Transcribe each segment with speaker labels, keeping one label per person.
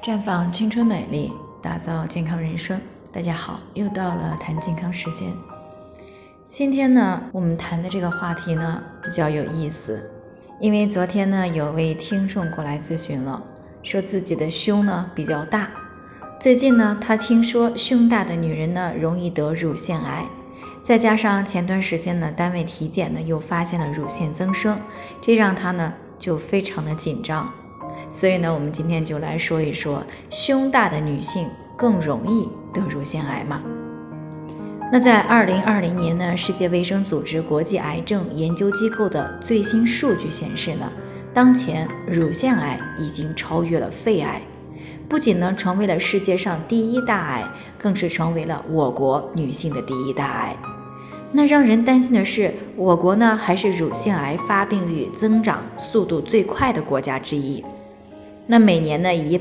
Speaker 1: 绽放青春美丽，打造健康人生。大家好，又到了谈健康时间。今天呢，我们谈的这个话题呢比较有意思，因为昨天呢有位听众过来咨询了，说自己的胸呢比较大，最近呢他听说胸大的女人呢容易得乳腺癌，再加上前段时间呢单位体检呢又发现了乳腺增生，这让他呢就非常的紧张。所以呢，我们今天就来说一说胸大的女性更容易得乳腺癌吗？那在2020年呢，世界卫生组织国际癌症研究机构的最新数据显示呢，当前乳腺癌已经超越了肺癌，不仅呢成为了世界上第一大癌，更是成为了我国女性的第一大癌。那让人担心的是，我国呢还是乳腺癌发病率增长速度最快的国家之一。那每年呢以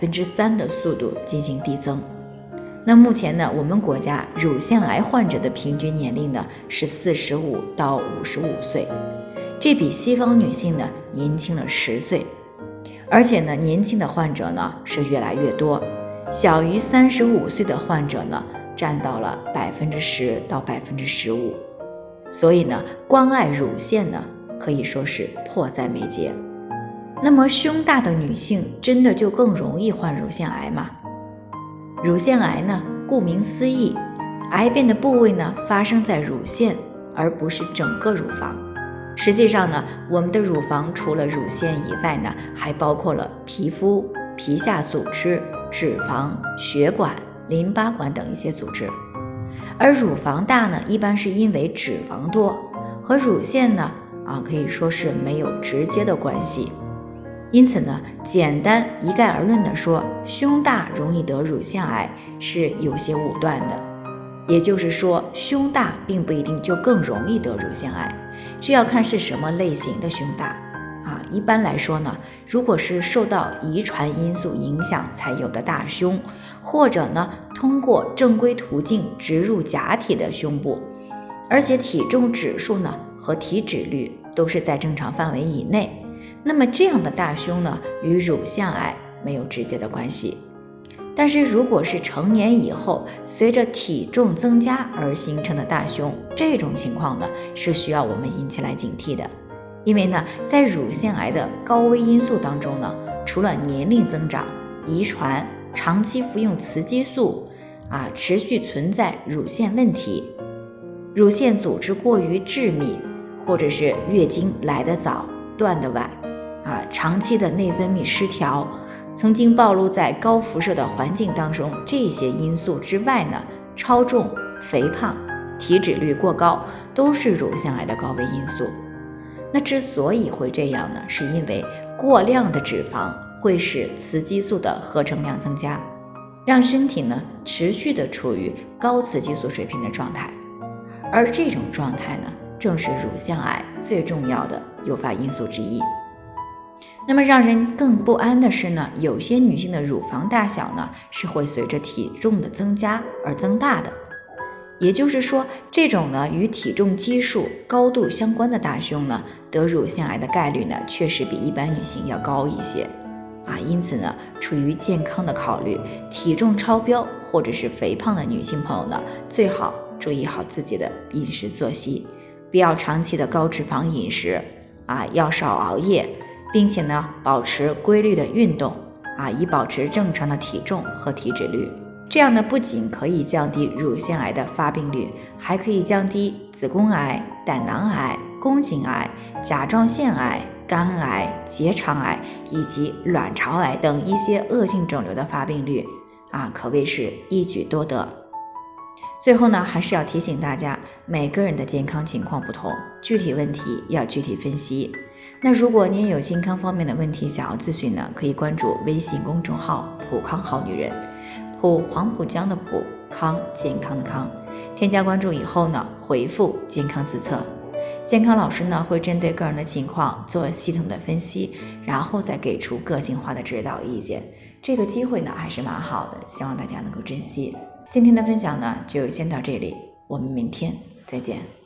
Speaker 1: 3%的速度进行递增。那目前呢，我们国家乳腺癌患者的平均年龄呢是45到55岁，这比西方女性呢年轻了10岁，而且呢年轻的患者呢是越来越多，小于35岁的患者呢占到了10%到15%，所以呢关爱乳腺呢可以说是迫在眉睫。那么胸大的女性真的就更容易患乳腺癌吗？乳腺癌呢，顾名思义，癌变的部位呢发生在乳腺，而不是整个乳房。实际上呢，我们的乳房除了乳腺以外呢，还包括了皮肤、皮下组织、脂肪、血管、淋巴管等一些组织。而乳房大呢，一般是因为脂肪多，和乳腺呢可以说是没有直接的关系。因此呢，简单一概而论的说，胸大容易得乳腺癌是有些武断的。也就是说，胸大并不一定就更容易得乳腺癌，这要看是什么类型的胸大。一般来说呢，如果是受到遗传因素影响才有的大胸，或者呢通过正规途径植入假体的胸部，而且体重指数呢和体脂率都是在正常范围以内，那么这样的大胸呢，与乳腺癌没有直接的关系。但是如果是成年以后，随着体重增加而形成的大胸，这种情况呢，是需要我们引起来警惕的。因为呢，在乳腺癌的高危因素当中呢，除了年龄增长、遗传、长期服用雌激素持续存在乳腺问题、乳腺组织过于致密，或者是月经来得早、断得晚，长期的内分泌失调，曾经暴露在高辐射的环境当中，这些因素之外呢，超重、肥胖、体脂率过高都是乳腺癌的高危因素。那之所以会这样呢，是因为过量的脂肪会使雌激素的合成量增加，让身体呢持续的处于高雌激素水平的状态，而这种状态呢，正是乳腺癌最重要的诱发因素之一。那么让人更不安的是呢，有些女性的乳房大小呢是会随着体重的增加而增大的。也就是说，这种呢与体重基数高度相关的大胸呢，得乳腺癌的概率呢确实比一般女性要高一些因此呢，出于健康的考虑，体重超标或者是肥胖的女性朋友呢，最好注意好自己的饮食作息，不要长期的高脂肪饮食要少熬夜，并且呢保持规律的运动以保持正常的体重和体脂率。这样呢不仅可以降低乳腺癌的发病率，还可以降低子宫癌、胆囊癌、宫颈癌、甲状腺癌、肝癌、结肠癌以及卵巢癌等一些恶性肿瘤的发病率可谓是一举多得。最后呢，还是要提醒大家，每个人的健康情况不同，具体问题要具体分析。那如果你也有健康方面的问题想要咨询呢，可以关注微信公众号普康好女人，普黄浦江的普，康健康的康，添加关注以后呢，回复健康自测，健康老师呢会针对个人的情况做系统的分析，然后再给出个性化的指导意见。这个机会呢还是蛮好的，希望大家能够珍惜。今天的分享呢就先到这里，我们明天再见。